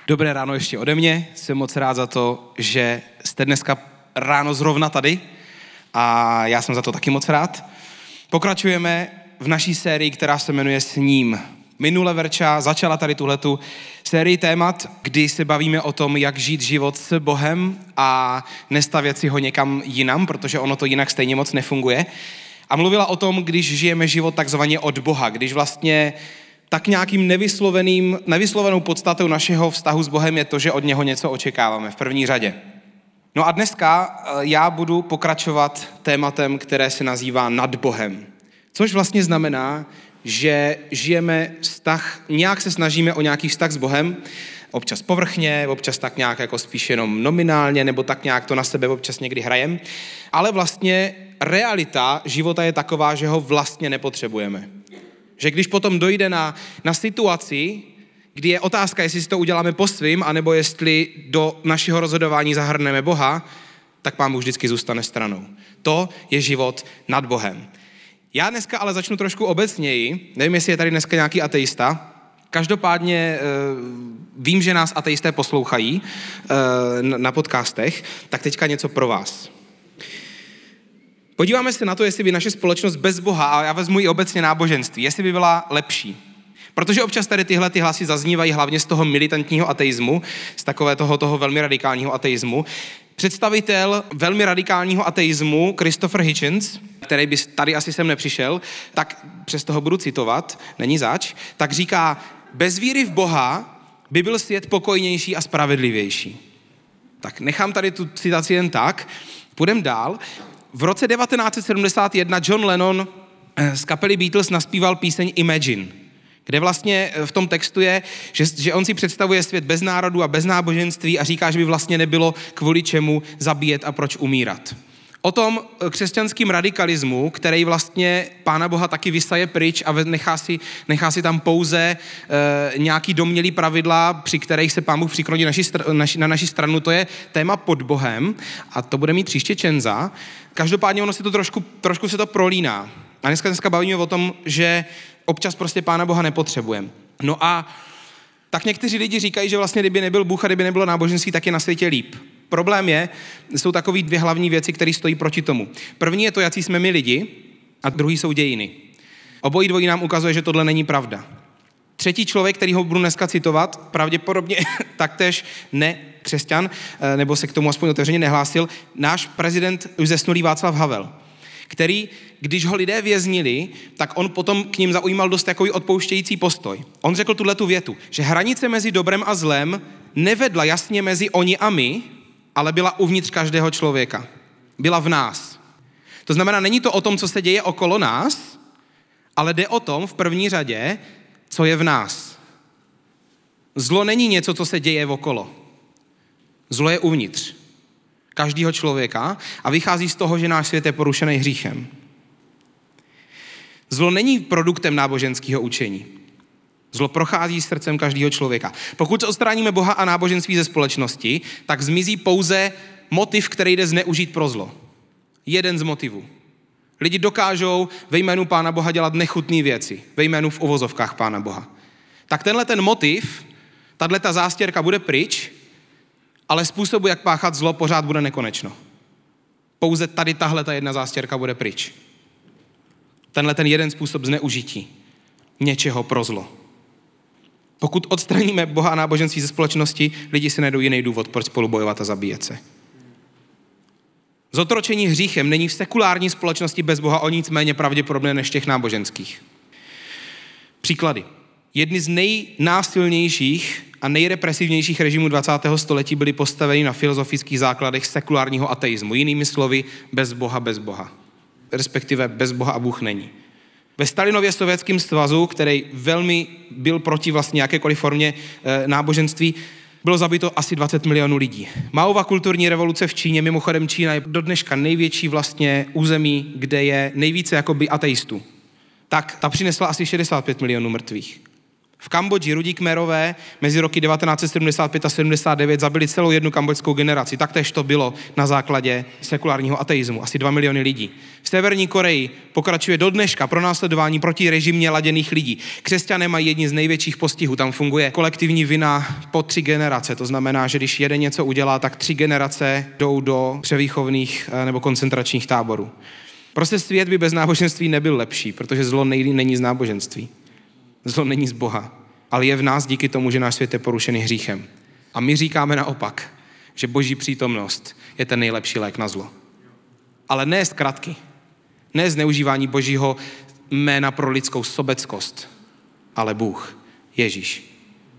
Dobré ráno ještě ode mě. Jsem moc rád za to, že jste dneska ráno zrovna tady a já jsem za to taky moc rád. Pokračujeme v naší sérii, která se jmenuje S ním. Minule Verča začala tady tuhletu sérii témat, kdy se bavíme o tom, jak žít život s Bohem a nestavět si ho někam jinam, protože ono to jinak stejně moc nefunguje. A mluvila o tom, když žijeme život takzvaně od Boha, když vlastně tak nějakým nevyslovenou podstatou našeho vztahu s Bohem je to, že od něho něco očekáváme v první řadě. No a dneska já budu pokračovat tématem, které se nazývá nad Bohem. Což vlastně znamená, že žijeme vztah, nějak se snažíme o nějaký vztah s Bohem, občas povrchně, občas tak nějak jako spíš jenom nominálně, nebo tak nějak to na sebe občas někdy hrajem, ale vlastně realita života je taková, že ho vlastně nepotřebujeme. Že když potom dojde na situaci, kdy je otázka, jestli si to uděláme po svým, anebo jestli do našeho rozhodování zahrneme Boha, tak Pán Bůh vždycky zůstane stranou. To je život nad Bohem. Já dneska ale začnu trošku obecněji. Nevím, jestli je tady dneska nějaký ateista. Každopádně vím, že nás ateisté poslouchají na podcastech, tak teďka něco pro vás. Podíváme se na to, jestli by naše společnost bez Boha, a já vezmu i obecně náboženství, jestli by byla lepší. Protože občas tady tyhle hlasy zaznívají hlavně z toho militantního ateismu, z takové toho velmi radikálního ateismu. Představitel velmi radikálního ateismu, Christopher Hitchens, který by tady asi sem nepřišel, tak přes toho budu citovat, není zač, tak říká, bez víry v Boha by byl svět pokojnější a spravedlivější. Tak nechám tady tu citaci jen tak, půjdem dál. V roce 1971 John Lennon z kapely Beatles naspíval píseň Imagine, kde vlastně v tom textu je, že on si představuje svět bez národů a bez náboženství a říká, že by vlastně nebylo kvůli čemu zabíjet a proč umírat. O tom křesťanském radikalismu, který vlastně Pána Boha taky vysaje pryč a nechá si tam pouze nějaký domnělý pravidla, při kterých se Pán Bůh přikloní na naši stranu, to je téma pod Bohem a to bude mít příště Čenza. Každopádně ono se to trošku se to prolíná. A dneska bavíme o tom, že občas prostě Pána Boha nepotřebujeme. No a tak někteří lidi říkají, že vlastně kdyby nebyl Bůh a kdyby nebylo náboženství, tak je na světě líp. Problém jsou takový dvě hlavní věci, které stojí proti tomu. První je to, jaký jsme my lidi, a druhý jsou dějiny. Obojí dvojí nám ukazuje, že tohle není pravda. Třetí člověk, který ho budu dneska citovat, pravděpodobně taktéž nekřesťan, nebo se k tomu aspoň otevřeně nehlásil, náš prezident už zesnulý Václav Havel, který, když ho lidé věznili, tak on potom k ním zaujímal dost takový odpouštějící postoj. On řekl tuhletu větu, že hranice mezi dobrem a zlem nevedla jasně mezi oni a my, ale byla uvnitř každého člověka. Byla v nás. To znamená, není to o tom, co se děje okolo nás, ale jde o tom v první řadě, co je v nás. Zlo není něco, co se děje okolo. Zlo je uvnitř každého člověka a vychází z toho, že náš svět je porušený hříchem. Zlo není produktem náboženského učení. Zlo prochází srdcem každého člověka. Pokud odstraníme Boha a náboženství ze společnosti, tak zmizí pouze motiv, který jde zneužít pro zlo. Jeden z motivů. Lidi dokážou ve jménu Pána Boha dělat nechutné věci, ve jménu v uvozovkách Pána Boha. Tak tenhle ten motiv, tato zástěrka bude pryč, ale způsobu, jak páchat zlo, pořád bude nekonečno. Pouze tady tahle jedna zástěrka bude pryč. Tenhle ten jeden způsob zneužití něčeho pro zlo. Pokud odstraníme Boha a náboženství ze společnosti, lidi si najdou jiný důvod, proč spolu bojovat a zabíjet se. Zotročení hříchem není v sekulární společnosti bez Boha o nic méně pravděpodobné než těch náboženských. Příklady. Jedny z nejnásilnějších a nejrepresivnějších režimů 20. století byly postaveny na filozofických základech sekulárního ateismu. Jinými slovy, bez Boha. Respektive bez Boha a Bůh není. Ve Stalinově Sovětském svazu, který velmi byl proti vlastně jakékoliv formě náboženství, bylo zabito asi 20 milionů lidí. Maova kulturní revoluce v Číně, mimochodem Čína je do dneška největší vlastně území, kde je nejvíce jakoby ateistů. Tak ta přinesla asi 65 milionů mrtvých. V Kambodži Rudí Khmerové mezi roky 1975 a 79 zabili celou jednu kambodžskou generaci. Taktéž to bylo na základě sekulárního ateismu. Asi 2 miliony lidí. V Severní Koreji pokračuje do dneška pronásledování proti režimně laděných lidí. Křesťané mají jedni z největších postihů. Tam funguje kolektivní vina po 3 generace. To znamená, že když jeden něco udělá, tak 3 generace jdou do převýchovných nebo koncentračních táborů. Prostě svět by bez náboženství nebyl lepší, protože zlo není z náboženství. Zlo není z Boha, ale je v nás díky tomu, že náš svět je porušený hříchem. A my říkáme naopak, že Boží přítomnost je ten nejlepší lék na zlo. Ale ne zkratky, ne zneužívání Božího jména pro lidskou sobeckost, ale Bůh, Ježíš.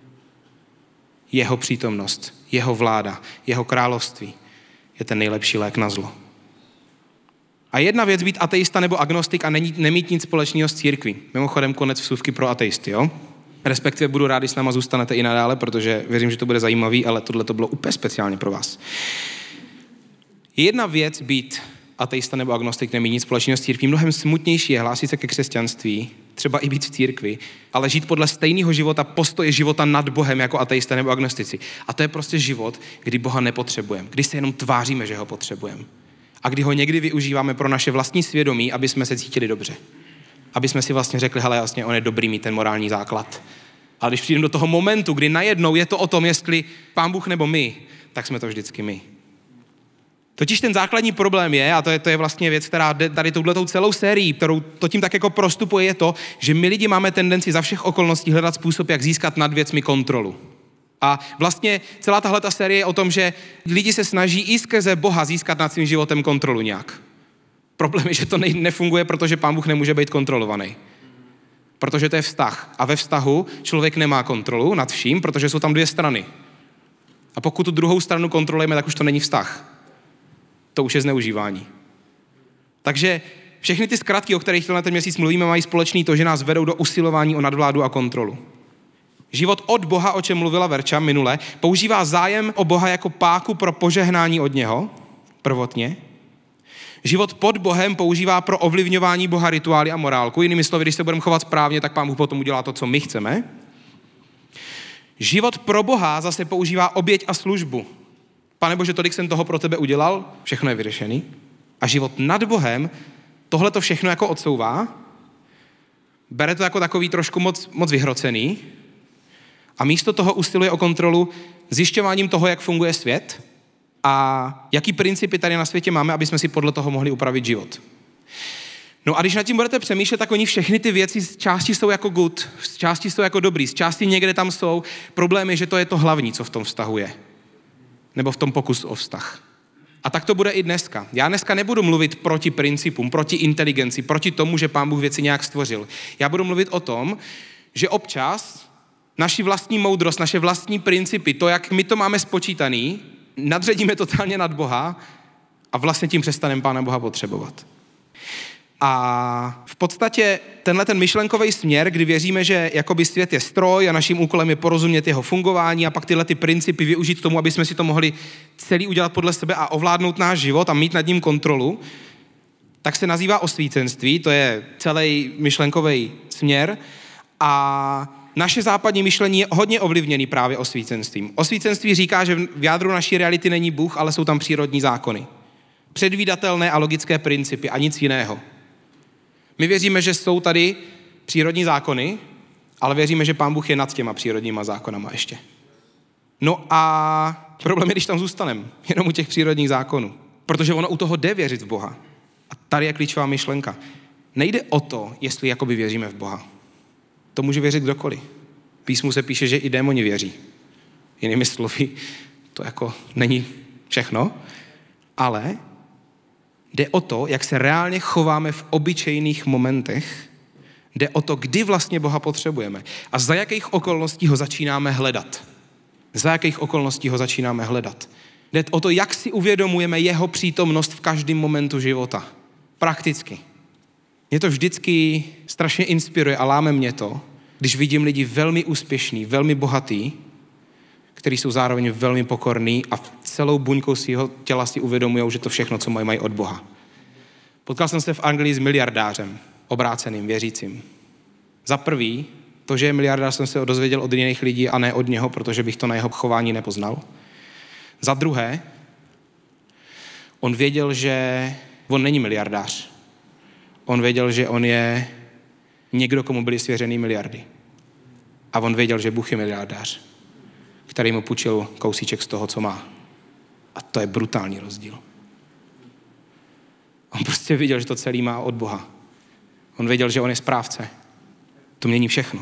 Jeho přítomnost, jeho vláda, jeho království je ten nejlepší lék na zlo. A jedna věc být ateista nebo agnostik a nemít nic společného s církví. Mimochodem konec vsuvky pro ateisty, jo? Respektive budu rád, když s náma zůstanete i nadále, protože věřím, že to bude zajímavý, ale tohle to bylo úplně speciálně pro vás. Jedna věc být ateista nebo agnostik, nemít nic společného s církví, mnohem smutnější je hlásit se ke křesťanství, třeba i být v církvi, ale žít podle stejného života, postoje života nad Bohem jako ateista nebo agnostici. A to je prostě život, kdy Boha nepotřebujeme, kdy se jenom tváříme, že ho potřebujeme. A kdy ho někdy využíváme pro naše vlastní svědomí, aby jsme se cítili dobře. Aby jsme si vlastně řekli, hele, jasně, on je dobrý mít ten morální základ. A když přijdeme do toho momentu, kdy najednou je to o tom, jestli Pán Bůh nebo my, tak jsme to vždycky my. Totiž ten základní problém je, a to je vlastně věc, která jde tady touhletou celou sérií, kterou to tím tak jako prostupuje, je to, že my lidi máme tendenci za všech okolností hledat způsob, jak získat nad věcmi kontrolu. A vlastně celá tahleta série je o tom, že lidi se snaží i skrze Boha získat nad svým životem kontrolu nějak. Problém je, že to nefunguje, protože Pán Bůh nemůže být kontrolovaný. Protože to je vztah. A ve vztahu člověk nemá kontrolu nad vším, protože jsou tam 2 strany. A pokud tu druhou stranu kontrolujeme, tak už to není vztah. To už je zneužívání. Takže všechny ty zkratky, o kterých ten měsíc mluvíme, mají společný to, že nás vedou do usilování o nadvládu a kontrolu. Život od Boha, o čem mluvila Verča minule, používá zájem o Boha jako páku pro požehnání od něho, prvotně. Život pod Bohem používá pro ovlivňování Boha rituály a morálku. Jinými slovy, když se budeme chovat správně, tak Pán Bůh potom udělá to, co my chceme. Život pro Boha zase používá oběť a službu. Pane Bože, tolik jsem toho pro tebe udělal, všechno je vyřešený. A život nad Bohem tohle to všechno jako odsouvá, bere to jako takový trošku moc vyhrocený a místo toho usiluje o kontrolu zjišťováním toho, jak funguje svět a jaký principy tady na světě máme, aby jsme si podle toho mohli upravit život. No a když nad tím budete přemýšlet, tak oni všechny ty věci z části jsou jako good, z části jsou jako dobrý, z části někde tam jsou. Problém je, že to je to hlavní, co v tom vztahu je. Nebo v tom pokusu o vztah. A tak to bude i dneska. Já dneska nebudu mluvit proti principům, proti inteligenci, proti tomu, že Pán Bůh věci nějak stvořil. Já budu mluvit o tom, že občas naši vlastní moudrost, naše vlastní principy, to, jak my to máme spočítaný, nadředíme totálně nad Boha a vlastně tím přestaneme Pána Boha potřebovat. A v podstatě tenhle ten myšlenkový směr, kdy věříme, že jakoby svět je stroj a naším úkolem je porozumět jeho fungování a pak tyhle ty principy využít k tomu, aby jsme si to mohli celý udělat podle sebe a ovládnout náš život a mít nad ním kontrolu, tak se nazývá osvícenství, to je celý myšlenkový směr a naše západní myšlení je hodně ovlivněný právě osvícenstvím. Osvícenství říká, že v jádru naší reality není Bůh, ale jsou tam přírodní zákony. Předvídatelné a logické principy a nic jiného. My věříme, že jsou tady přírodní zákony, ale věříme, že Pán Bůh je nad těma přírodníma zákonama ještě. No a problém je, když tam zůstaneme, jenom u těch přírodních zákonů. Protože ono u toho jde věřit v Boha. A tady je klíčová myšlenka. Nejde o to, jestli jakoby věříme v Boha. To může věřit kdokoliv. V písmu se píše, že i démoni věří. Jinými slovy, to jako není všechno, ale jde o to, jak se reálně chováme v obyčejných momentech, jde o to, kdy vlastně Boha potřebujeme a za jakých okolností ho začínáme hledat. Za jakých okolností ho začínáme hledat. Jde o to, jak si uvědomujeme jeho přítomnost v každém momentu života. Prakticky. Mě to vždycky strašně inspiruje a láme mě to, když vidím lidi velmi úspěšný, velmi bohatý, kteří jsou zároveň velmi pokorní a celou buňkou svého těla si uvědomují, že to všechno, co mají od Boha. Potkal jsem se v Anglii s miliardářem, obráceným, věřícím. Za prvý To, že je miliardář, jsem se dozvěděl od jiných lidí a ne od něho, protože bych to na jeho chování nepoznal. Za druhé, on věděl, že on není miliardář. On věděl, že on je někdo, komu byly svěřeny miliardy. A on věděl, že Bůh je miliardář, který mu půjčil kousíček z toho, co má. A to je brutální rozdíl. On prostě viděl, že to celý má od Boha. On věděl, že on je správce. To mění všechno.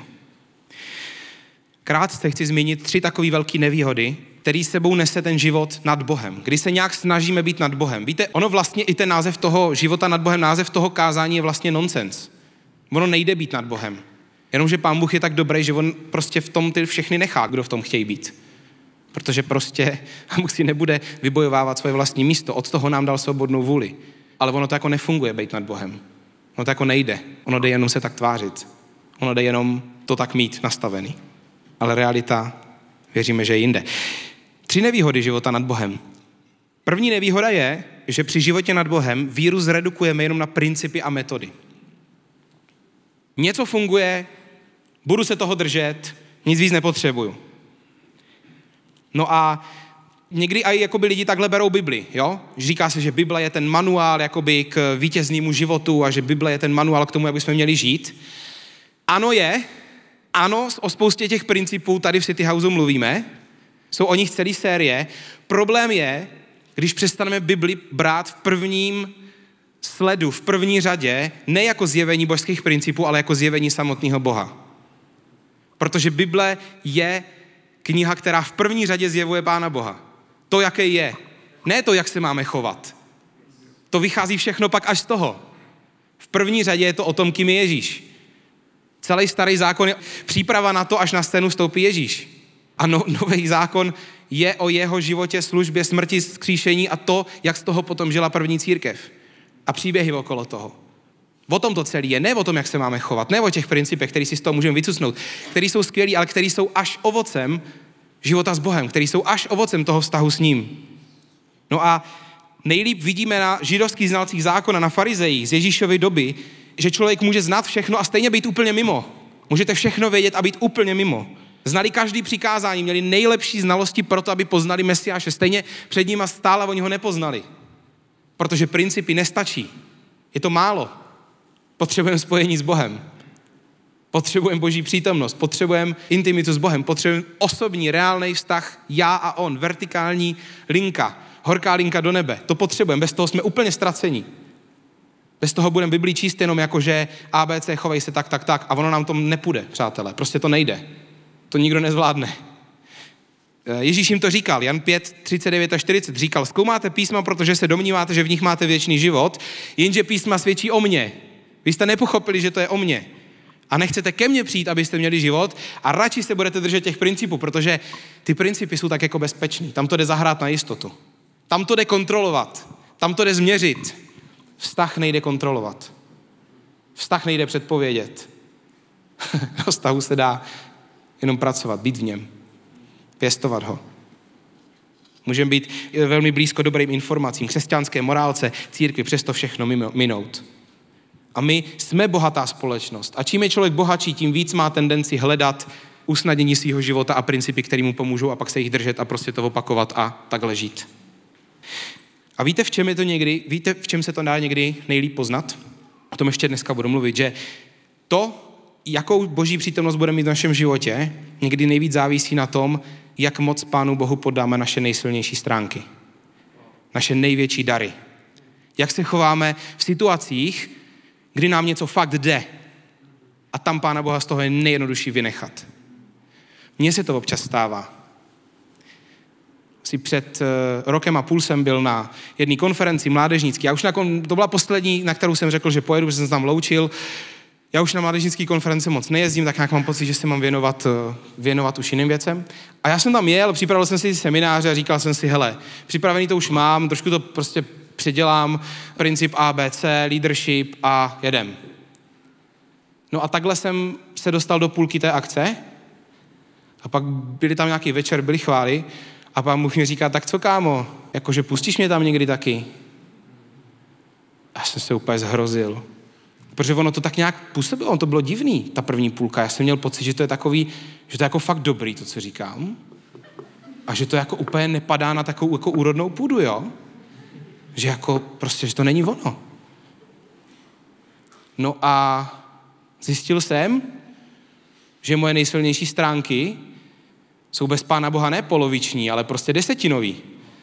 Krátce chci zmínit 3 takové velké nevýhody, který sebou nese ten život nad Bohem. Kdy se nějak snažíme být nad Bohem. Víte, ono vlastně i ten název toho života nad Bohem, název toho kázání je vlastně nonsens. Ono nejde být nad Bohem. Jenomže Pán Bůh je tak dobrý, že on prostě v tom ty všechny nechá, kdo v tom chtějí být. Protože prostě Bůh si nebude vybojovávat svoje vlastní místo. Od toho nám dal svobodnou vůli. Ale ono to jako nefunguje být nad Bohem. Ono to jako nejde. Ono jde jenom se tak tvářit. Ono jde jenom to tak mít nastavený. Ale realita, věříme, že je jinde. 3 nevýhody života nad Bohem. První nevýhoda je, že při životě nad Bohem víru zredukujeme jenom na principy a metody. Něco funguje, budu se toho držet, nic víc nepotřebuju. No a někdy i jakoby lidi takhle berou Bibli, jo? Říká se, že Bible je ten manuál jakoby k vítěznému životu a že Bible je ten manuál k tomu, jak bychom měli žít. Ano je, ano, o spoustě těch principů tady v City Houseu mluvíme, jsou o nich celý série. Problém je, když přestaneme Bibli brát v prvním sledu, v první řadě, ne jako zjevení božských principů, ale jako zjevení samotného Boha. Protože Bible je kniha, která v první řadě zjevuje Pána Boha. To, jaký je. Ne to, jak se máme chovat. To vychází všechno pak až z toho. V první řadě je to o tom, kým je Ježíš. Celý starý zákon je příprava na to, až na scénu vstoupí Ježíš. A nový zákon je o jeho životě, službě, smrti, vzkříšení a to, jak z toho potom žila první církev. A příběhy okolo toho. O tom to celé je, ne o tom, jak se máme chovat, ne o těch principech, který si z toho můžeme vycucnout, který jsou skvělí, ale který jsou až ovocem života s Bohem, který jsou až ovocem toho vztahu s ním. No a nejlíp vidíme na židovských znalcích zákona, na farizejích z Ježíšovy doby, že člověk může znát všechno a stejně být úplně mimo. Můžete všechno vědět a být úplně mimo. Znali každý přikázání, měli nejlepší znalosti pro to, aby poznali Mesiáše. Stejně před nima stál a oni ho nepoznali. Protože principy nestačí. Je to málo. Potřebujeme spojení s Bohem. Potřebujeme Boží přítomnost. Potřebujeme intimitu s Bohem. Potřebujeme osobní, reálný vztah já a on. Vertikální linka. Horká linka do nebe. To potřebujeme. Bez toho jsme úplně ztraceni. Bez toho budeme Biblii číst jenom jako, že ABC, chovej se tak. A ono nám to nepůjde, přátelé. Prostě to nejde. To nikdo nezvládne. Ježíš jim to říkal, Jan 5, 39 a 40 říkal, zkoumáte písma, protože se domníváte, že v nich máte věčný život, jenže písma svědčí o mně. Vy jste nepochopili, že to je o mně. A nechcete ke mně přijít, abyste měli život a radši se budete držet těch principů, protože ty principy jsou tak jako bezpečný. Tam to jde zahrát na jistotu. Tam to jde kontrolovat. Tam to jde změřit. Vztah nejde kontrolovat. Vztah nejde předpovědět. O vztahu se dá jenom pracovat, být v něm. Pěstovat ho. Můžeme být velmi blízko dobrým informacím, křesťanské morálce, církvi, přesto všechno minout. A my jsme bohatá společnost. A čím je člověk bohatší, tím víc má tendenci hledat usnadnění svého života a principy, které mu pomůžou a pak se jich držet a prostě to opakovat a takhle žít. A víte, v čem je to někdy, víte, v čem se to dá někdy nejlíp poznat? O tom ještě dneska budu mluvit, že to, jakou Boží přítomnost bude mít v našem životě, někdy nejvíc závisí na tom, jak moc Pánu Bohu podáme naše nejsilnější stránky. Naše největší dary. Jak se chováme v situacích, kdy nám něco fakt jde. A tam Pána Boha z toho je nejjednodušší vynechat. Mně se to občas stává. Asi před rokem a půl jsem byl na jedné konferenci mládežnické. To byla poslední, na kterou jsem řekl, že pojedu, že jsem se tam loučil. Já už na mládežnické konference moc nejezdím, tak nějak mám pocit, že se mám věnovat už jiným věcem. A já jsem tam jel, připravil jsem si semináře a říkal jsem si, hele, připravený to už mám, trošku to prostě předělám, princip ABC, leadership a jedem. No a takhle jsem se dostal do půlky té akce a pak byli tam nějaký večer, byly chvály a Pán Bůh mi říká, tak co kámo, jakože pustíš mě tam někdy taky? Já jsem se úplně zhrozil. Protože ono to tak nějak působilo, ono to bylo divný, ta první půlka. Já jsem měl pocit, že to je takový, že to je jako fakt dobrý, to, co říkám. A že to jako úplně nepadá na takovou jako úrodnou půdu, jo? Že jako prostě, že to není ono. No a zjistil jsem, že moje nejsilnější stránky jsou bez Pána Boha ne poloviční, ale prostě desetinový.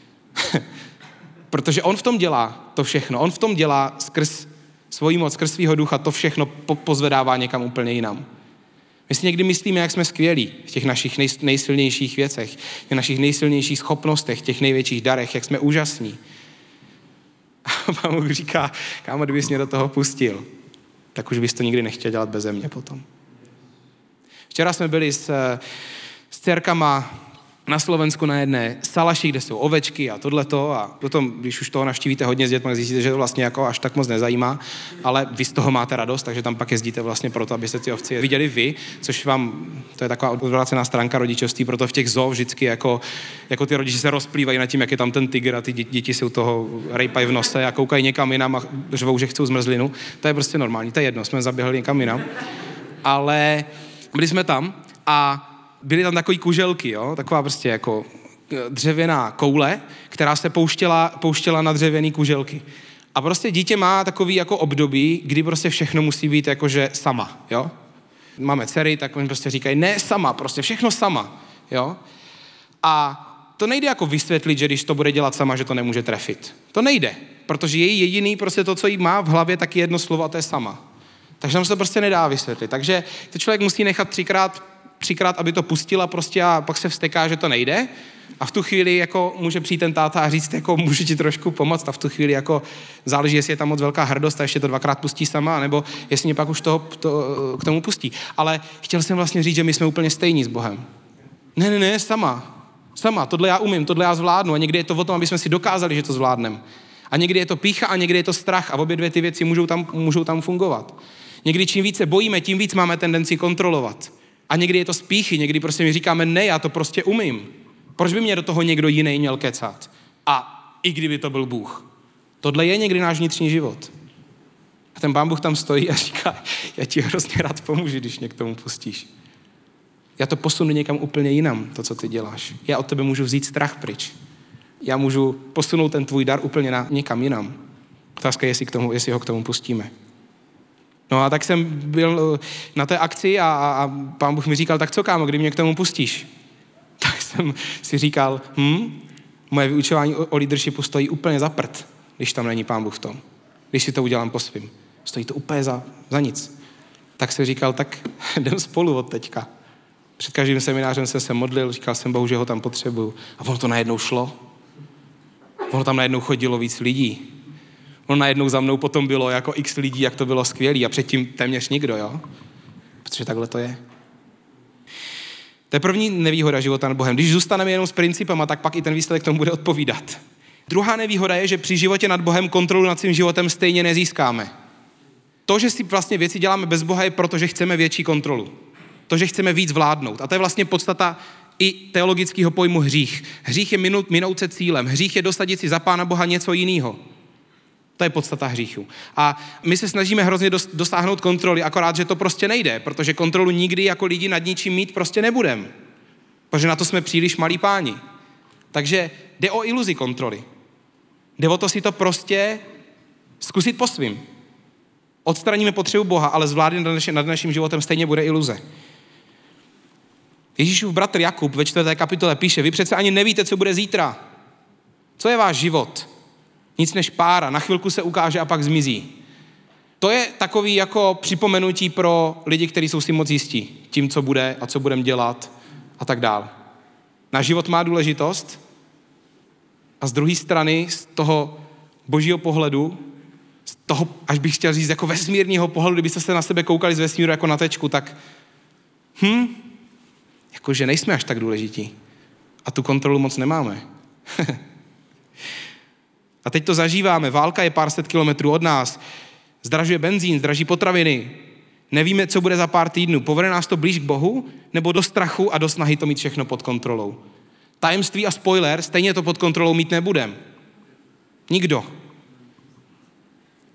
Protože on v tom dělá to všechno. On v tom dělá skrz svoji moc, skrz svýho ducha to všechno pozvedává někam úplně jinam. My si někdy myslíme, jak jsme skvělí v těch našich nejsilnějších věcech, v těch našich nejsilnějších schopnostech, těch největších darech, jak jsme úžasní. A Pán Bůh říká, kámo, kdybys mě do toho pustil, tak už bys to nikdy nechtěl dělat beze mě potom. Včera jsme byli s dcerkama na Slovensku na jedné salaši, kde jsou ovečky a tohleto a potom, když už toho navštívíte hodně s dětmi, zjistíte, že to vlastně jako až tak moc nezajímá, ale vy z toho máte radost, takže tam pak jezdíte vlastně proto, abyste ty ovci viděli vy, což vám, to je taková odvrácená stránka rodičovství, proto v těch zoo vždycky jako ty rodiče se rozplývají nad tím, jak je tam ten tygr a ty děti si u toho rejpají v nose a koukají někam jinam a řvou, že chcou zmrzlinu. To je prostě normální, to je jedno, jsme zaběhli někam jinam. Ale byli jsme tam a byly tam takový kuželky, jo? Taková prostě jako dřevěná koule, která se pouštěla na dřevěný kuželky. A prostě dítě má takový jako období, kdy prostě všechno musí být jakože sama, jo? Máme dcery, tak oni prostě říkají, ne sama, prostě všechno sama, jo? A to nejde jako vysvětlit, že když to bude dělat sama, že to nemůže trefit. To nejde, protože její jediný prostě to, co jí má v hlavě, tak je jedno slovo a to je sama. Takže tam se to prostě nedá vysvětlit. Takže to člověk musí nechat třikrát, aby to pustila prostě a pak se vzteká, že to nejde. A v tu chvíli jako může přijít ten táta a říct, jako může ti trošku pomoct a v tu chvíli jako záleží, jestli je tam moc velká hrdost a ještě to dvakrát pustí sama, nebo jestli mě pak už k tomu pustí. Ale chtěl jsem vlastně říct, že my jsme úplně stejní s Bohem. Ne, sama, tohle já umím, tohle já zvládnu a někdy je to o tom, aby jsme si dokázali, že to zvládneme. A někdy je to pýcha a někdy je to strach a obě dvě ty věci můžou tam fungovat. Někdy čím více bojíme, tím víc máme tendenci kontrolovat. A někdy je to spíchy, někdy prostě mi říkáme, ne, já to prostě umím. Proč by mě do toho někdo jiný měl kecat? A i kdyby to byl Bůh. Tohle je někdy náš vnitřní život. A ten Pán Bůh tam stojí a říká, já ti hrozně rád pomůžu, když mě k tomu pustíš. Já to posunu někam úplně jinam, to, co ty děláš. Já od tebe můžu vzít strach pryč. Já můžu posunout ten tvůj dar úplně někam jinam. Otázka je, jestli ho k tomu pustíme. No a tak jsem byl na té akci a Pán Bůh mi říkal, tak co kámo, kdy mě k tomu pustíš? Tak jsem si říkal, moje vyučování o leadershipu stojí úplně za prd, když tam není Pán Bůh v tom. Když si to udělám po svým. Stojí to úplně za nic. Tak jsem říkal, tak jdem spolu od teďka. Před každým seminářem jsem se modlil, říkal jsem Bohu, že ho tam potřebuju. A ono to najednou šlo. Ono tam najednou chodilo víc lidí. Ono najednou za mnou potom bylo jako x lidí, jak to bylo skvělý a předtím téměř nikdo, jo? Protože takhle to je. To je první nevýhoda života nad Bohem. Když zůstaneme jenom s principama, tak pak i ten výsledek tomu bude odpovídat. Druhá nevýhoda je, že při životě nad Bohem kontrolu nad svým životem stejně nezískáme. To, že si vlastně věci děláme bez Boha, je proto, že chceme větší kontrolu. To, že chceme víc vládnout. A to je vlastně podstata i teologického pojmu hřích. Hřích je minout se cílem. Hřích je dosadit si za Pána Boha něco jiného. To je podstata hříchu. A my se snažíme hrozně dosáhnout kontroly, akorát, že to prostě nejde, protože kontrolu nikdy jako lidi nad ničím mít prostě nebudeme. Protože na to jsme příliš malí páni. Takže jde o iluzi kontroly. Jde o to si to prostě zkusit po svým. Odstraníme potřebu Boha, ale zvládnout nad naším životem stejně bude iluze. Ježíšův bratr Jakub ve 4. kapitole píše, vy přece ani nevíte, co bude zítra. Co je váš život? Nic než pára, na chvilku se ukáže a pak zmizí. To je takový jako připomenutí pro lidi, kteří jsou si moc jistí tím, co bude a co budeme dělat a tak dál. Náš život má důležitost a z druhé strany, z toho božího pohledu, z toho, až bych chtěl říct, jako vesmírního pohledu, kdybyste se na sebe koukali z vesmíru jako na tečku, tak jakože nejsme až tak důležití. A tu kontrolu moc nemáme. A teď to zažíváme. Válka je pár set kilometrů od nás. Zdražuje benzín, zdraží potraviny. Nevíme, co bude za pár týdnů. Povede nás to blíž k Bohu, nebo do strachu a do snahy to mít všechno pod kontrolou. Tajemství a spoiler, stejně to pod kontrolou mít nebudem. Nikdo.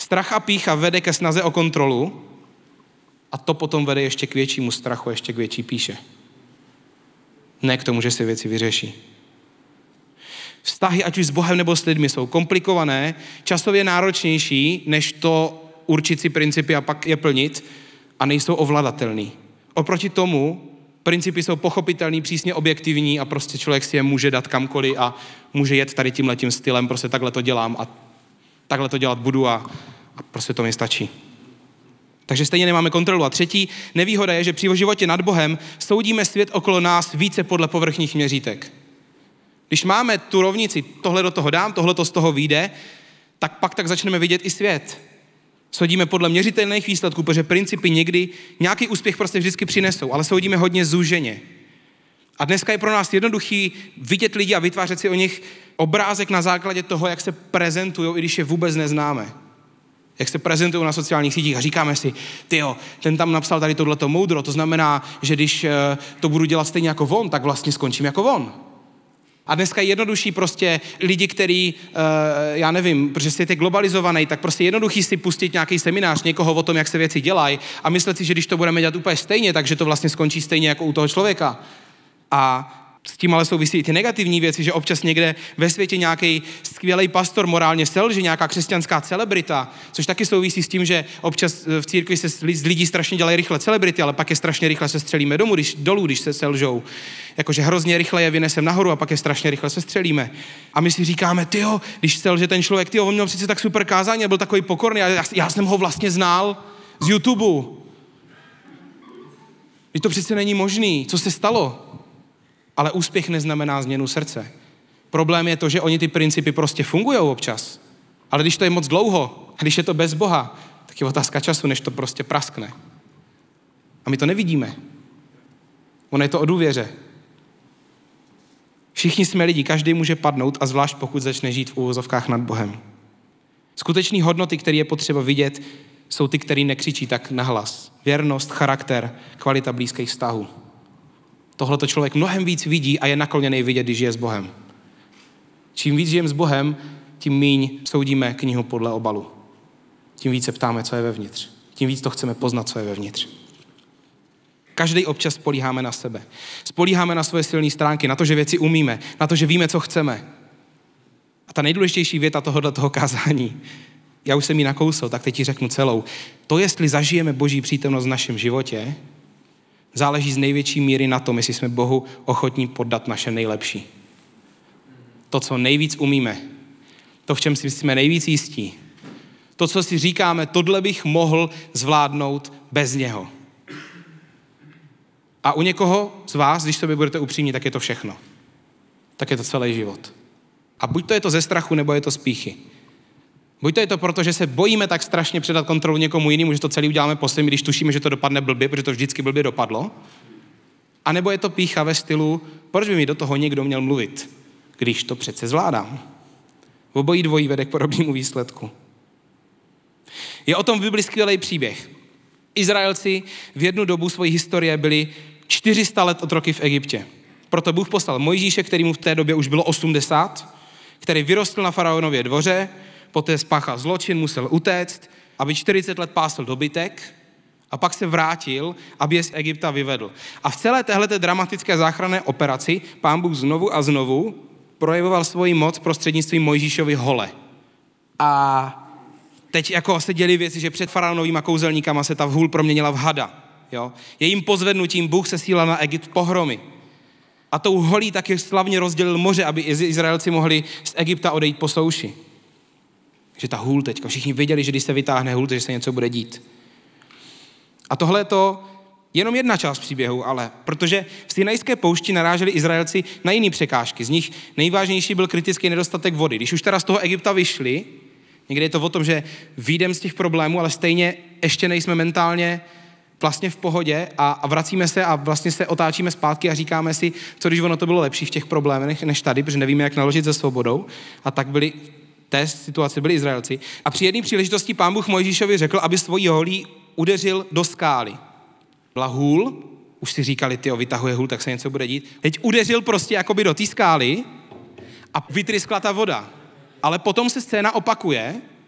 Strach a pýcha vede ke snaze o kontrolu a to potom vede ještě k většímu strachu, ještě k větší pýše. Ne k tomu, že se věci vyřeší. Vztahy, ať už s Bohem nebo s lidmi, jsou komplikované, časově náročnější, než to určit si principy a pak je plnit a nejsou ovladatelný. Oproti tomu principy jsou pochopitelný, přísně objektivní a prostě člověk si je může dát kamkoliv a může jet tady tímhletím stylem, prostě takhle to dělám a takhle to dělat budu a prostě to mi stačí. Takže stejně nemáme kontrolu. A třetí nevýhoda je, že při životě nad Bohem soudíme svět okolo nás více podle povrchních měřítek. Když máme tu rovnici, tohle do toho dám, tohle to z toho vyjde, tak pak tak začneme vidět i svět. Soudíme podle měřitelných výsledků, protože principy někdy nějaký úspěch prostě vždycky přinesou, ale soudíme hodně zúženě. A dneska je pro nás jednoduchý vidět lidi a vytvářet si o nich obrázek na základě toho, jak se prezentují, i když je vůbec neznáme. Jak se prezentují na sociálních sítích a říkáme si, tyjo, ten tam napsal tady tohleto moudro, to znamená, že když to budu dělat stejně jako on, tak vlastně skončím jako on. A dneska je jednodušší prostě lidi, který, já nevím, protože svět je globalizovaný, tak prostě jednoduchý si pustit nějaký seminář někoho o tom, jak se věci dělají a myslet si, že když to budeme dělat úplně stejně, takže to vlastně skončí stejně jako u toho člověka. A s tím ale souvisí i ty negativní věci, že občas někde ve světě nějaký skvělý pastor morálně selže, nějaká křesťanská celebrita, což taky souvisí s tím, že občas v církvi se z lidí strašně dělají rychle celebrity, ale pak je strašně rychle se střelíme dolů, když se selžou. Jakože hrozně rychle je vynesem nahoru a pak je strašně rychle se střelíme. A my si říkáme, tyjo, když selže ten člověk, tyjo, on měl přece tak super kázání a byl takový pokorný a já jsem ho vlastně znal z YouTube. Když to přece není možný, co se stalo? Ale úspěch neznamená změnu srdce. Problém je to, že oni ty principy prostě fungují občas. Ale když to je moc dlouho, a když je to bez Boha, tak je otázka času, než to prostě praskne. A my to nevidíme. Ono je to o důvěře. Všichni jsme lidi, každý může padnout a zvlášť pokud začne žít v uvozovkách nad Bohem. Skutečné hodnoty, které je potřeba vidět, jsou ty, které nekřičí tak nahlas. Věrnost, charakter, kvalita blízkých vztahů. Tohle to člověk mnohem víc vidí a je nakloněný vidět, když žije s Bohem. Čím víc žijeme s Bohem, tím míň soudíme knihu podle obalu. Tím víc se ptáme, co je vevnitř. Tím víc to chceme poznat, co je vevnitř. Každý občas spolíháme na sebe. Spolíháme na svoje silné stránky, na to, že věci umíme, na to, že víme, co chceme. A ta nejdůležitější věta tohoto kázání, já už jsem ji nakousl, tak teď ti řeknu celou. To, jestli zažijeme Boží přítomnost v našem životě, záleží z největší míry na tom, jestli jsme Bohu ochotní poddat naše nejlepší. To, co nejvíc umíme. To, v čem si jsme nejvíc jistí. To, co si říkáme, tohle bych mohl zvládnout bez něho. A u někoho z vás, když sobě budete upřímní, tak je to všechno. Tak je to celý život. A buď to je to ze strachu, nebo je to z pýchy. Buď to je to proto, že se bojíme tak strašně předat kontrolu někomu jinému, že to celý uděláme po svém, když tušíme, že to dopadne blbě, protože to vždycky blbě dopadlo. A nebo je to pýcha ve stylu, proč by mi do toho někdo měl mluvit, když to přece zvládám. Obojí dvojí vede k podobnému výsledku. Je o tom v Bibli skvělý příběh. Izraelci v jednu dobu svojí historie byli 400 let otroky v Egyptě. Proto Bůh poslal Mojžíše, kterému v té době už bylo 80, který vyrostl na faraonově dvoře, poté spáchal zločin, musel utéct, aby 40 let pásl dobytek a pak se vrátil, aby je z Egypta vyvedl. A v celé téhleté dramatické záchranné operaci Pán Bůh znovu a znovu projevoval svoji moc prostřednictvím Mojžíšovy hole. A teď jako se děly věci, že před faraonovýma kouzelníkama se ta hůl proměnila v hada. Jo? Jejím pozvednutím Bůh sesílal na Egypt pohromy. A tou holí taky slavně rozdělil moře, aby Izraelci mohli z Egypta odejít po souši. Že ta hůl teďka, všichni věděli, že když se vytáhne hůl, že se něco bude dít. A tohle je to jenom jedna část příběhu, ale protože v Sinajské poušti naráželi Izraelci na jiné překážky. Z nich nejvážnější byl kritický nedostatek vody. Když už teda z toho Egypta vyšli, někdy je to o tom, že vyjdeme z těch problémů, ale stejně ještě nejsme mentálně vlastně v pohodě a vracíme se a vlastně se otáčíme zpátky a říkáme si, co když ono to bylo lepší v těch problémech než tady, protože nevíme, jak naložit se svobodou. A tak byli v té situaci byli Izraelci. A při jedné příležitosti Pán Bůh Mojžíšovi řekl, aby svojí holí udeřil do skály. Byla hůl, už si říkali, tyjo, vytahuje hůl, tak se něco bude dít. Teď udeřil prostě jakoby do té skály a vytryskla ta voda. Ale potom se scéna opakuje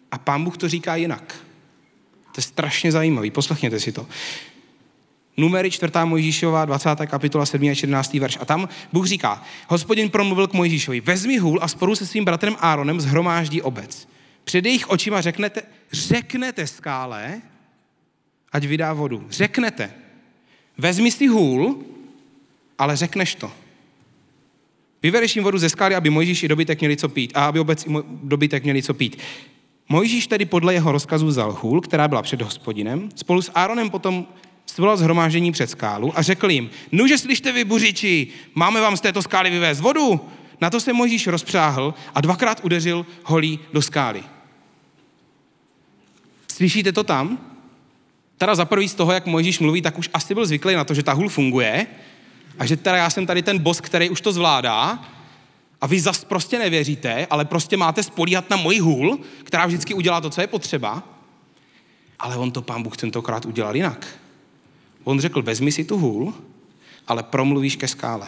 A Pán Bůh to říká jinak. To je strašně zajímavý, poslechněte si to. Numery 4. Mojžíšova, 20. kapitola, 7. a 14. verš. A tam Bůh říká, Hospodin promluvil k Mojžíšovi, vezmi hůl a spolu se svým bratrem Áronem shromáždí obec. Před jejich očima řeknete skále, ať vydá vodu. Řeknete. Vezmi si hůl, ale řekneš to. Vyvedeš jim vodu ze skály, aby Mojžíš i dobytek měli co pít. A aby obec i dobytek měli co pít. Mojžíš tedy podle jeho rozkazu vzal hůl, která byla před Hospodinem. Spolu s Áronem potom svolal shromáždění před skálu a řekl jim, nuže slyšte vy buřiči, máme vám z této skály vyvést vodu? Na to se Mojžíš rozpřáhl a 2krát udeřil holí do skály. Slyšíte to tam? Teda za prvý z toho, jak Mojžíš mluví, tak už asi byl zvyklý na to, že ta hůl funguje a že teda já jsem tady ten boss, který už to zvládá a vy zas prostě nevěříte, ale prostě máte spolíhat na moji hůl, která vždycky udělá to, co je potřeba. Ale on to Pán Bůh tentokrát udělal jinak. On řekl, vezmi si tu hůl, ale promluvíš ke skále.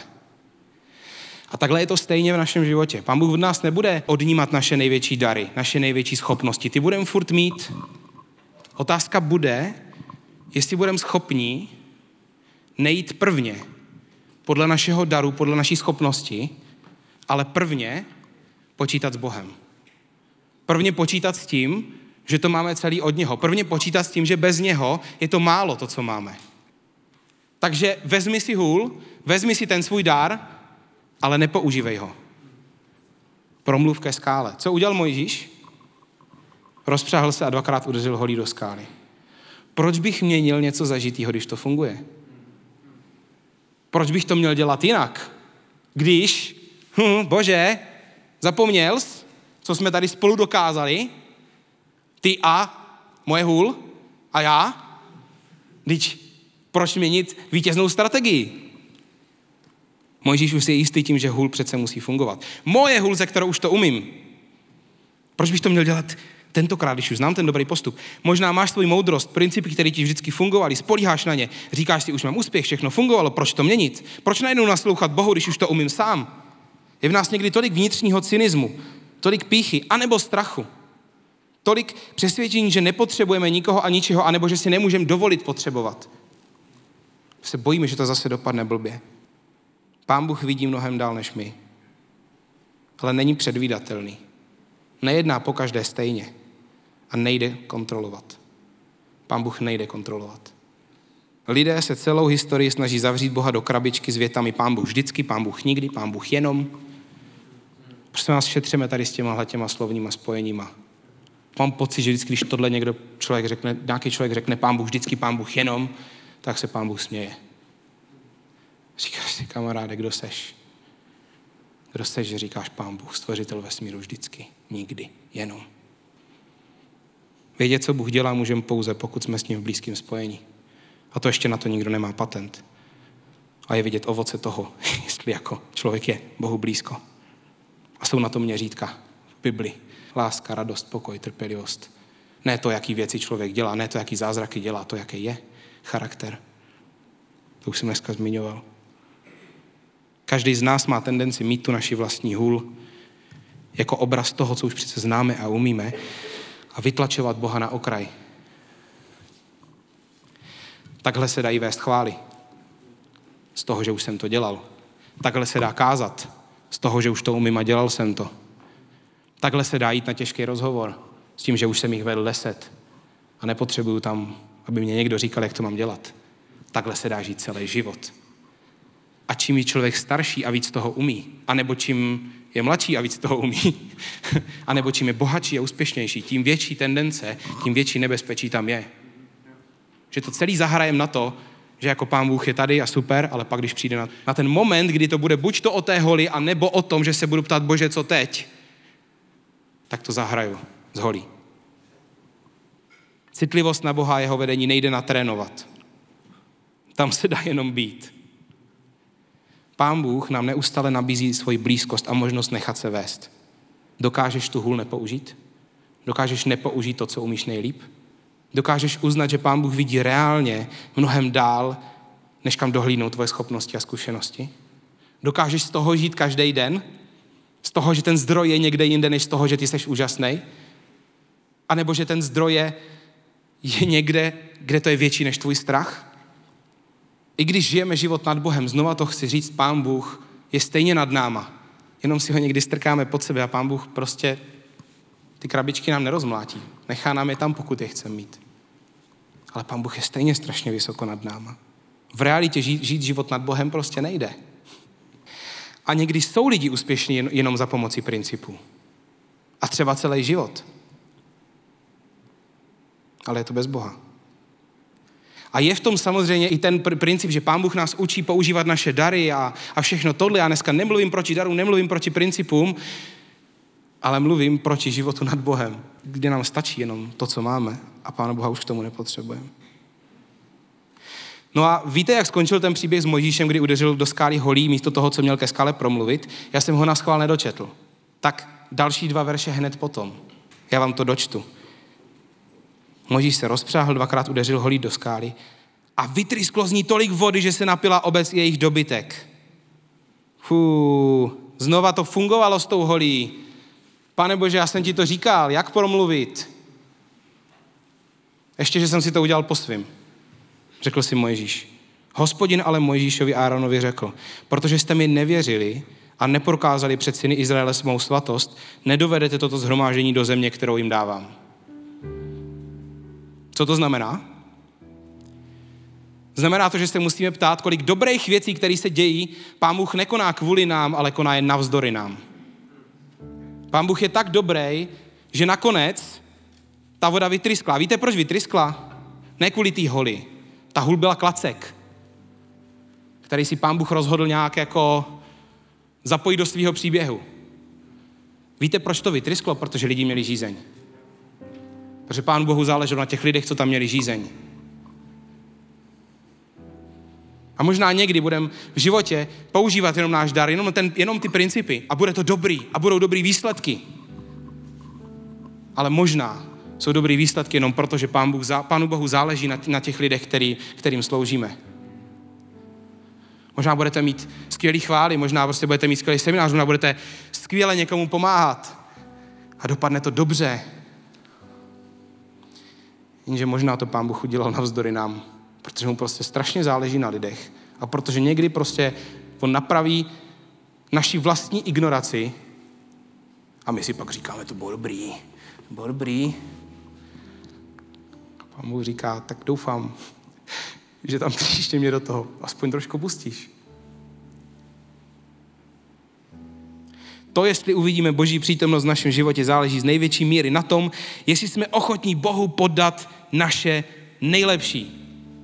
A takhle je to stejně v našem životě. Pán Bůh od nás nebude odnímat naše největší dary, naše největší schopnosti. Ty budeme furt mít. Otázka bude, jestli budeme schopní nejít prvně podle našeho daru, podle naší schopnosti, ale prvně počítat s Bohem. Prvně počítat s tím, že to máme celý od něho. Prvně počítat s tím, že bez něho je to málo to, co máme. Takže vezmi si hůl, vezmi si ten svůj dar, ale nepoužívej ho. Promluv ke skále. Co udělal Mojžíš? Rozpřáhl se a 2krát udeřil holí do skály. Proč bych měnil něco zažitýho, když to funguje? Proč bych to měl dělat jinak? Když, Bože, zapomněl jsi, co jsme tady spolu dokázali, ty a moje hůl a já? Když proč měnit vítěznou strategii? Mojžíš už si je jistý tím, že hůl přece musí fungovat. Moje hůl, ze kterou už to umím. Proč bych to měl dělat tentokrát, když už znám ten dobrý postup? Možná máš svou moudrost, principy, které ti vždycky fungovaly, spolíháš na ně, říkáš si, už mám úspěch, všechno fungovalo, proč to měnit? Proč najednou naslouchat Bohu, když už to umím sám? Je v nás někdy tolik vnitřního cynismu, tolik pýchy, anebo strachu. Tolik přesvědčení, že nepotřebujeme nikoho a ničeho, anebo že si nemůžeme dovolit potřebovat. Se bojíme, že to zase dopadne blbě. Pán Bůh vidí mnohem dál než my, ale není předvídatelný. Nejedná pokaždé stejně a nejde kontrolovat. Pán Bůh nejde kontrolovat. Lidé se celou historii snaží zavřít Boha do krabičky s větami Pán Bůh vždycky, Pán Bůh nikdy, Pán Bůh jenom. Prostě nás šetřeme tady s těma slovníma spojeníma. Mám pocit, že vždycky, když tohle nějaký člověk řekne Pán Bůh vždycky, Pán Bůh jenom, tak se Pán Bůh směje. Říkáš si, kamaráde, kdo seš? Kdo seš, že říkáš Pán Bůh, stvořitel vesmíru vždycky, nikdy, jenom. Vědět, co Bůh dělá, můžeme pouze, pokud jsme s ním v blízkém spojení. A to ještě na to nikdo nemá patent. A je vidět ovoce toho, jestli jako člověk je Bohu blízko. A jsou na to měřítka v Bibli. Láska, radost, pokoj, trpělivost. Ne to, jaký věci člověk dělá, ne to, jaký zázraky dělá, to, jaký je charakter. To už jsem dneska zmiňoval. Každý z nás má tendenci mít tu naši vlastní hůl jako obraz toho, co už přece známe a umíme a vytlačovat Boha na okraj. Takhle se dají vést chvály. Z toho, že už jsem to dělal. Takhle se dá kázat. Z toho, že už to umím a dělal jsem to. Takhle se dá jít na těžký rozhovor. S tím, že už jsem jich vedl 10 a nepotřebuju tam, aby mě někdo říkal, jak to mám dělat. Takhle se dá žít celý život. A čím je člověk starší a víc toho umí, anebo čím je mladší a víc toho umí, anebo čím je bohatší a úspěšnější, tím větší tendence, tím větší nebezpečí tam je. Že to celý zahrajem na to, že jako Pán Bůh je tady a super, ale pak když přijde na ten moment, kdy to bude buď to o té holi, a nebo o tom, že se budu ptát, Bože, co teď, tak to zahraju z holí. Citlivost na Boha a jeho vedení nejde natrénovat. Tam se dá jenom být. Pán Bůh nám neustále nabízí svoji blízkost a možnost nechat se vést. Dokážeš tu hůl nepoužít? Dokážeš nepoužít to, co umíš nejlíp? Dokážeš uznat, že Pán Bůh vidí reálně mnohem dál, než kam dohlídnou tvoje schopnosti a zkušenosti? Dokážeš z toho žít každý den? Z toho, že ten zdroj je někde jinde, než z toho, že ty jsi úžasnej? A nebo že ten zdroj je někde, kde to je větší než tvůj strach? I když žijeme život nad Bohem, znova to chci říct, Pán Bůh je stejně nad náma. Jenom si ho někdy strkáme pod sebe a Pán Bůh prostě ty krabičky nám nerozmlátí. Nechá nám je tam, pokud je chceme mít. Ale Pán Bůh je stejně strašně vysoko nad náma. V realitě žít život nad Bohem prostě nejde. A někdy jsou lidi úspěšní jenom za pomocí principů. A třeba celý život. Ale je to bez Boha. A je v tom samozřejmě i ten princip, že Pán Bůh nás učí používat naše dary a všechno tohle. Já dneska nemluvím proti darům, nemluvím proti principům, ale mluvím proti životu nad Bohem, kde nám stačí jenom to, co máme a Pána Boha už k tomu nepotřebujeme. No a víte, jak skončil ten příběh s Mojžíšem, kdy udeřil do skály holí místo toho, co měl ke skále promluvit? Já jsem ho naschvál nedočetl. Tak další 2 verše hned potom. Já vám to dočtu. Mojžíš se rozpřáhl, 2krát udeřil holí do skály a vytrysklo z ní tolik vody, že se napila obec i jejich dobytek. Znova to fungovalo s tou holí. Pane Bože, já jsem ti to říkal, jak promluvit? Ještě, že jsem si to udělal po svým. Řekl si Mojžíš. Hospodin ale Mojžíšovi a Áronovi řekl, protože jste mi nevěřili a neprokázali před syny Izraele svou svatost, nedovedete toto shromáždění do země, kterou jim dávám. Co to znamená? Znamená to, že se musíme ptát, kolik dobrých věcí, které se dějí, Pán Bůh nekoná kvůli nám, ale koná je navzdory nám. Pán Bůh je tak dobrý, že nakonec ta voda vytryskla. Víte, proč vytryskla? Ne kvůli té holi. Ta hůl byla klacek, který si Pán Bůh rozhodl nějak jako zapojit do svého příběhu. Víte, proč to vytrysklo? Protože lidi měli žízeň. Protože Pánu Bohu záleželo na těch lidech, co tam měli žízeň. A možná někdy budeme v životě používat jenom náš dar, jenom ty principy a bude to dobrý a budou dobrý výsledky. Ale možná jsou dobrý výsledky jenom proto, že Pánu Bohu záleží na těch lidech, kterým sloužíme. Možná budete mít skvělý chvály, možná prostě budete mít skvělý seminář, možná budete skvěle někomu pomáhat a dopadne to dobře. Jenže možná to Pán Bůh udělal navzdory nám, protože mu prostě strašně záleží na lidech a protože někdy prostě on napraví naši vlastní ignoraci a my si pak říkáme, to bylo dobrý. A Pán Bůh říká, tak doufám, že tam příště mě do toho aspoň trošku pustíš. To, jestli uvidíme Boží přítomnost v našem životě, záleží z největší míry na tom, jestli jsme ochotní Bohu poddat naše nejlepší.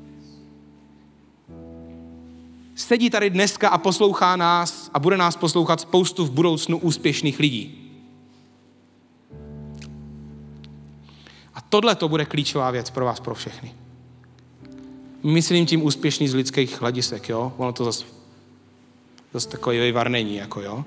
Sedí tady dneska a poslouchá nás a bude nás poslouchat spoustu v budoucnu úspěšných lidí. A tohle to bude klíčová věc pro vás, pro všechny. Myslím tím úspěšný z lidských hledisek, jo? Ono to zase takový vývar není, jako jo?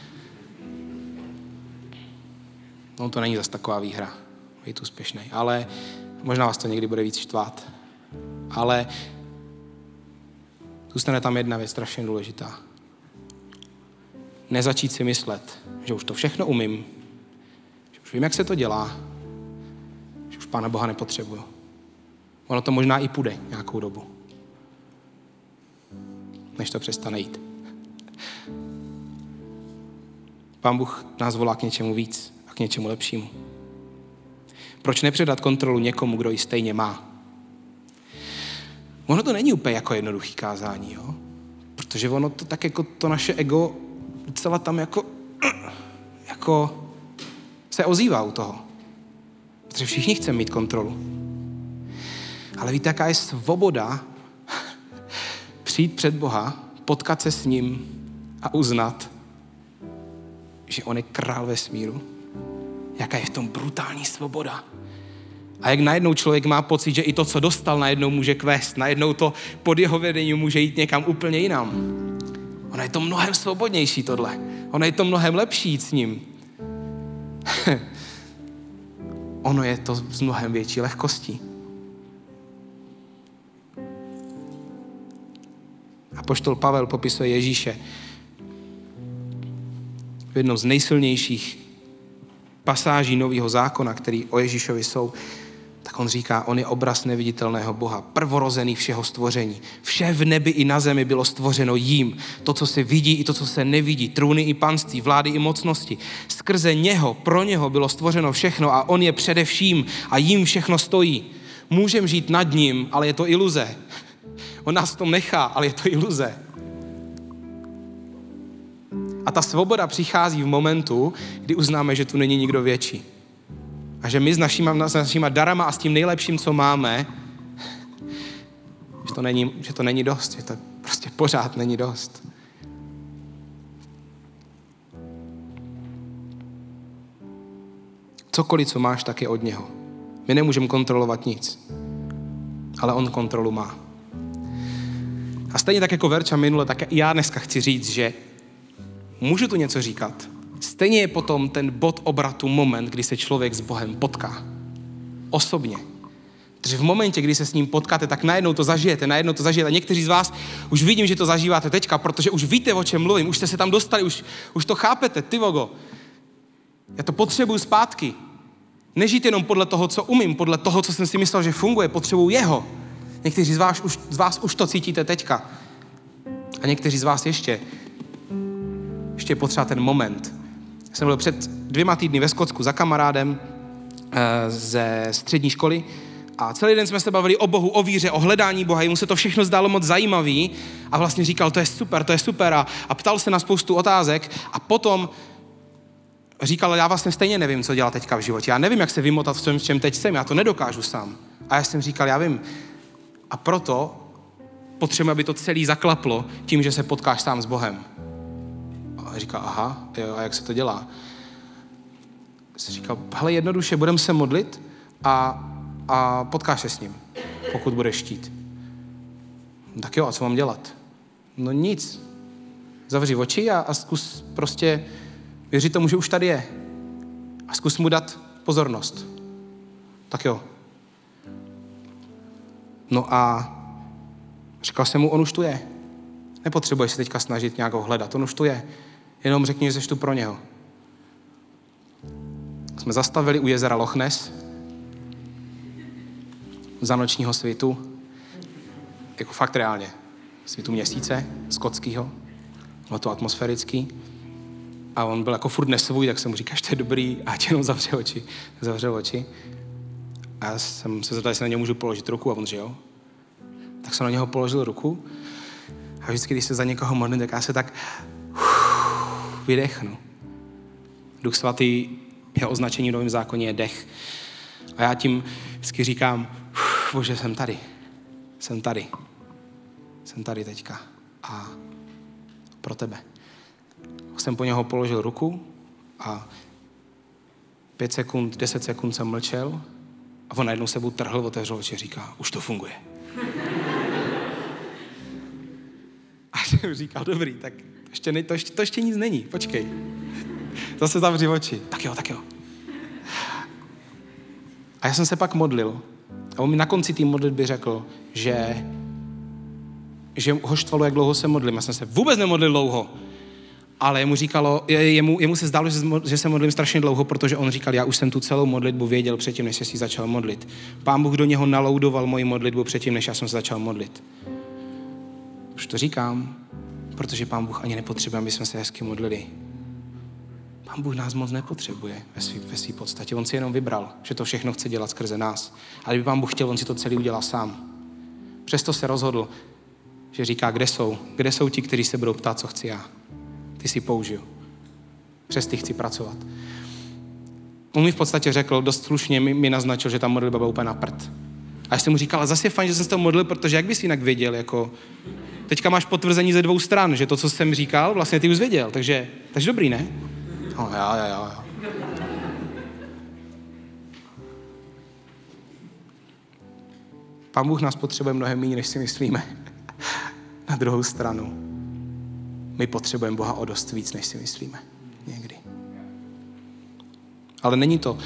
No to není zase taková výhra, být úspěšný, ale možná vás to někdy bude víc štvát. Ale zůstane tam jedna věc strašně důležitá. Nezačít si myslet, že už to všechno umím, že už vím, jak se to dělá, že už Pána Boha nepotřebuju. Ono to možná i půjde nějakou dobu, než to přestane jít. Pán Bůh nás volá k něčemu víc a k něčemu lepšímu. Proč nepředat kontrolu někomu, kdo ji stejně má? Ono to není úplně jako jednoduchý kázání, jo? Protože ono to tak jako to naše ego docela tam jako se ozývá u toho. Protože všichni chceme mít kontrolu. Ale víte, jaká je svoboda přijít před Boha, potkat se s ním a uznat, že on je král vesmíru. Jaká je v tom brutální svoboda. A jak najednou člověk má pocit, že i to, co dostal, najednou může kvést, najednou to pod jeho vedením může jít někam úplně jinam. Ono je to mnohem svobodnější tohle. Ono je to mnohem lepší jít s ním. Ono je to s mnohem větší lehkostí. Apoštol Pavel popisuje Ježíše v jednom z nejsilnějších pasáží Nového zákona, který o Ježíšovi jsou, tak on říká, on je obraz neviditelného Boha, prvorozený všeho stvoření. Vše v nebi i na zemi bylo stvořeno jím. To, co se vidí, i to, co se nevidí, trůny i panství, vlády i mocnosti. Skrze něho, pro něho bylo stvořeno všechno a on je především a jím všechno stojí. Můžeme žít nad ním, ale je to iluze. On nás v tom nechá, ale je to iluze. A ta svoboda přichází v momentu, kdy uznáme, že tu není nikdo větší. A že my s našima darama a s tím nejlepším, co máme, že to není dost, že to prostě pořád není dost. Cokoliv, co máš, tak je od něho. My nemůžeme kontrolovat nic, ale on kontrolu má. A stejně tak jako Verča minule, tak já dneska chci říct, že můžu tu něco říkat. Stejně je potom ten bod obratu moment, kdy se člověk s Bohem potká. Osobně. Protože v momentě, kdy se s ním potkáte, tak najednou to zažijete. A někteří z vás už vidím, že to zažíváte teďka, protože už víte, o čem mluvím, už jste se tam dostali, už to chápete, ty vogo. Já to potřebuju zpátky. Nežít jenom podle toho, co umím, podle toho, co jsem si myslel, že funguje, potřebuju jeho. Někteří z vás už to cítíte teďka. A někteří z vás ještě potřeba ten moment. Jsem byl před 2 týdny ve Skotsku za kamarádem ze střední školy a celý den jsme se bavili o Bohu, o víře, o hledání Boha. Jemu se to všechno zdálo moc zajímavý a vlastně říkal, to je super a ptal se na spoustu otázek a potom říkal, já vlastně stejně nevím, co dělat teďka v životě. Já nevím, jak se vymotat v čem teď jsem, já to nedokážu sám. A já jsem říkal, já vím. A proto potřebujeme, aby to celé zaklaplo tím, že se potkáš sám s Bohem. A říkal, aha, jo, a jak se to dělá? Jsem říkal, hele, jednoduše, budeme se modlit a potkáš se s ním, pokud budeš chtít. No, tak jo, a co mám dělat? No nic. Zavři oči a zkus prostě věřit tomu, že už tady je. A zkus mu dát pozornost. Tak jo. No a říkal jsem mu, on už tu je. Nepotřebuješ se teďka snažit nějak ho hledat, on už tu je. Jenom řekni, že jsi tu pro něho. Jsme zastavili u jezera Loch Ness, za nočního svitu, jako fakt reálně, svitu měsíce, skotskýho, bylo to atmosférický. A on byl jako furt nesvůj, tak jsem mu říkal, že to je dobrý, ať jenom zavřel oči. A já jsem se zeptal, jestli na něj můžu položit ruku a on že jo. Tak jsem na něho položil ruku a vždycky, když se za někoho modlím, tak já se tak vydechnu. Duch svatý, jeho označení v Novém zákoně je dech. A já tím vždycky říkám, Bože, jsem tady teďka a pro tebe. Jsem po něho položil ruku a 5 sekund, 10 sekund jsem mlčel a on najednou sebou trhl, otevřel oči a říká, už to funguje. A jsem říkal, dobrý, tak to ještě nic není, počkej. Zase zavři oči. Tak jo. A já jsem se pak modlil a on mi na konci té modlitby řekl, že ho štvalo, jak dlouho se modlím. Já jsem se vůbec nemodlil dlouho. Ale jemu se zdálo, že se modlím strašně dlouho, protože on říkal, já už jsem tu celou modlitbu věděl předtím, než se si začal modlit. Pán Bůh do něho naloudoval moji modlitbu předtím, než já jsem se začal modlit. Už to říkám, protože Pán Bůh ani nepotřebuje, aby jsme se hezky modlili. Pán Bůh nás moc nepotřebuje ve své podstatě. On si jenom vybral, že to všechno chce dělat skrze nás. Ale kdyby Pán Bůh chtěl, on si to celý udělá sám. Přesto se rozhodl, že říká, kde jsou ti, kteří se budou ptát, co chci já. Ty si použiju. Přes ty chci pracovat. On mi v podstatě řekl, dost slušně mi naznačil, že ta modlitba byla úplně na prd. A já jsem mu říkal, ale zase je fajn, že jsem se to modlil, protože jak bys jinak věděl, jako teďka máš potvrzení ze 2 stran, že to, co jsem říkal, vlastně ty už věděl, takže dobrý, ne? No, jo. Pán Bůh nás potřebuje mnohem méně, než si myslíme. Na druhou stranu, my potřebujeme Boha o dost víc, než si myslíme. Někdy. Ale není to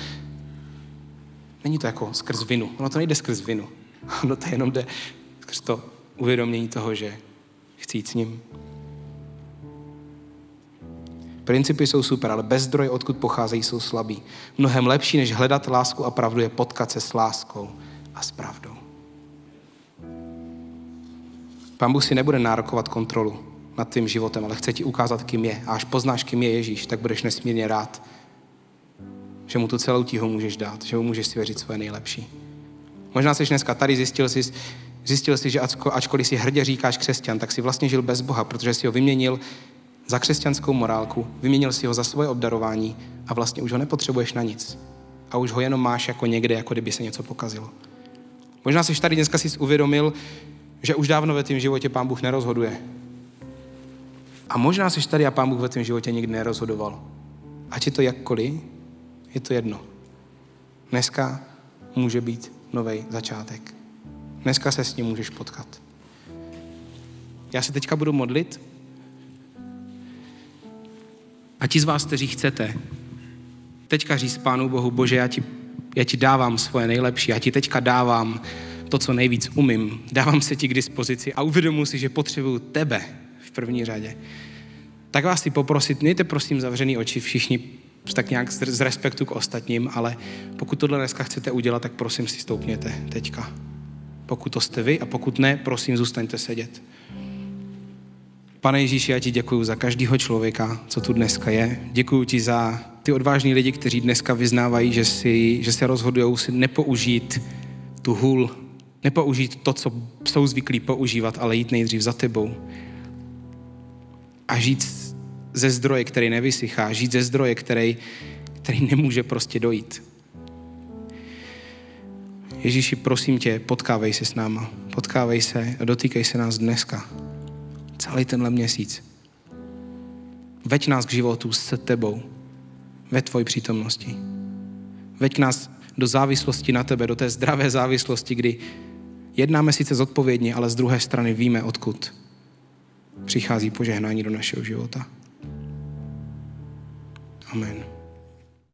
jako skrz vinu. Ono to nejde skrz vinu. Ono to jenom jde skrz to uvědomění toho, že chci jít s ním. Principy jsou super, ale bez zdroje, odkud pocházejí, jsou slabý. Mnohem lepší, než hledat lásku a pravdu, je potkat se s láskou a s pravdou. Pán Bůh si nebude nárokovat kontrolu nad tvým životem, ale chce ti ukázat, kým je. A až poznáš, kým je Ježíš, tak budeš nesmírně rád, že mu tu celou tíhu můžeš dát, že mu můžeš svěřit svoje nejlepší. Možná jsi dneska tady zjistil jsi, že ačkoliv si hrdě říkáš křesťan, tak si vlastně žil bez Boha, protože si ho vyměnil za křesťanskou morálku, vyměnil si ho za svoje obdarování a vlastně už ho nepotřebuješ na nic. A už ho jenom máš jako někde, jako kdyby se něco pokazilo. Možná jsi tady dneska si uvědomil, že už dávno ve tvém životě Pán Bůh nerozhoduje. A možná jsi tady a Pán Bůh ve tvém životě nikdy nerozhodoval. Ať je to jakkoliv, je to jedno. Dneska může být nový začátek. Dneska se s ním můžeš potkat. Já se teďka budu modlit. A ti z vás, kteří chcete, teďka říct Pánu Bohu, Bože, já ti dávám svoje nejlepší, já ti teďka dávám to, co nejvíc umím. Dávám se ti k dispozici a uvědomuji si, že potřebuju tebe v první řadě. Tak vás chci poprosit, mějte prosím zavřený oči všichni tak nějak z respektu k ostatním, ale pokud tohle dneska chcete udělat, tak prosím si stoupněte teďka. Pokud to jste vy a pokud ne, prosím zůstaňte sedět. Pane Ježíši, já ti děkuju za každého člověka, co tu dneska je. Děkuju ti za ty odvážní lidi, kteří dneska vyznávají, že se rozhodujou si nepoužít tu hůl, nepoužít to, co jsou zvyklí používat, ale jít nejdřív za tebou. A žít ze zdroje, který nevysychá, žít ze zdroje, který nemůže prostě dojít. Ježíši, prosím tě, potkávej se s náma. Potkávej se a dotýkej se nás dneska. Celý tenhle měsíc. Veď nás k životu s tebou. Ve tvojí přítomnosti. Veď nás do závislosti na tebe, do té zdravé závislosti, kdy jednáme sice zodpovědně, ale z druhé strany víme, odkud přichází požehnání do našeho života. Amen.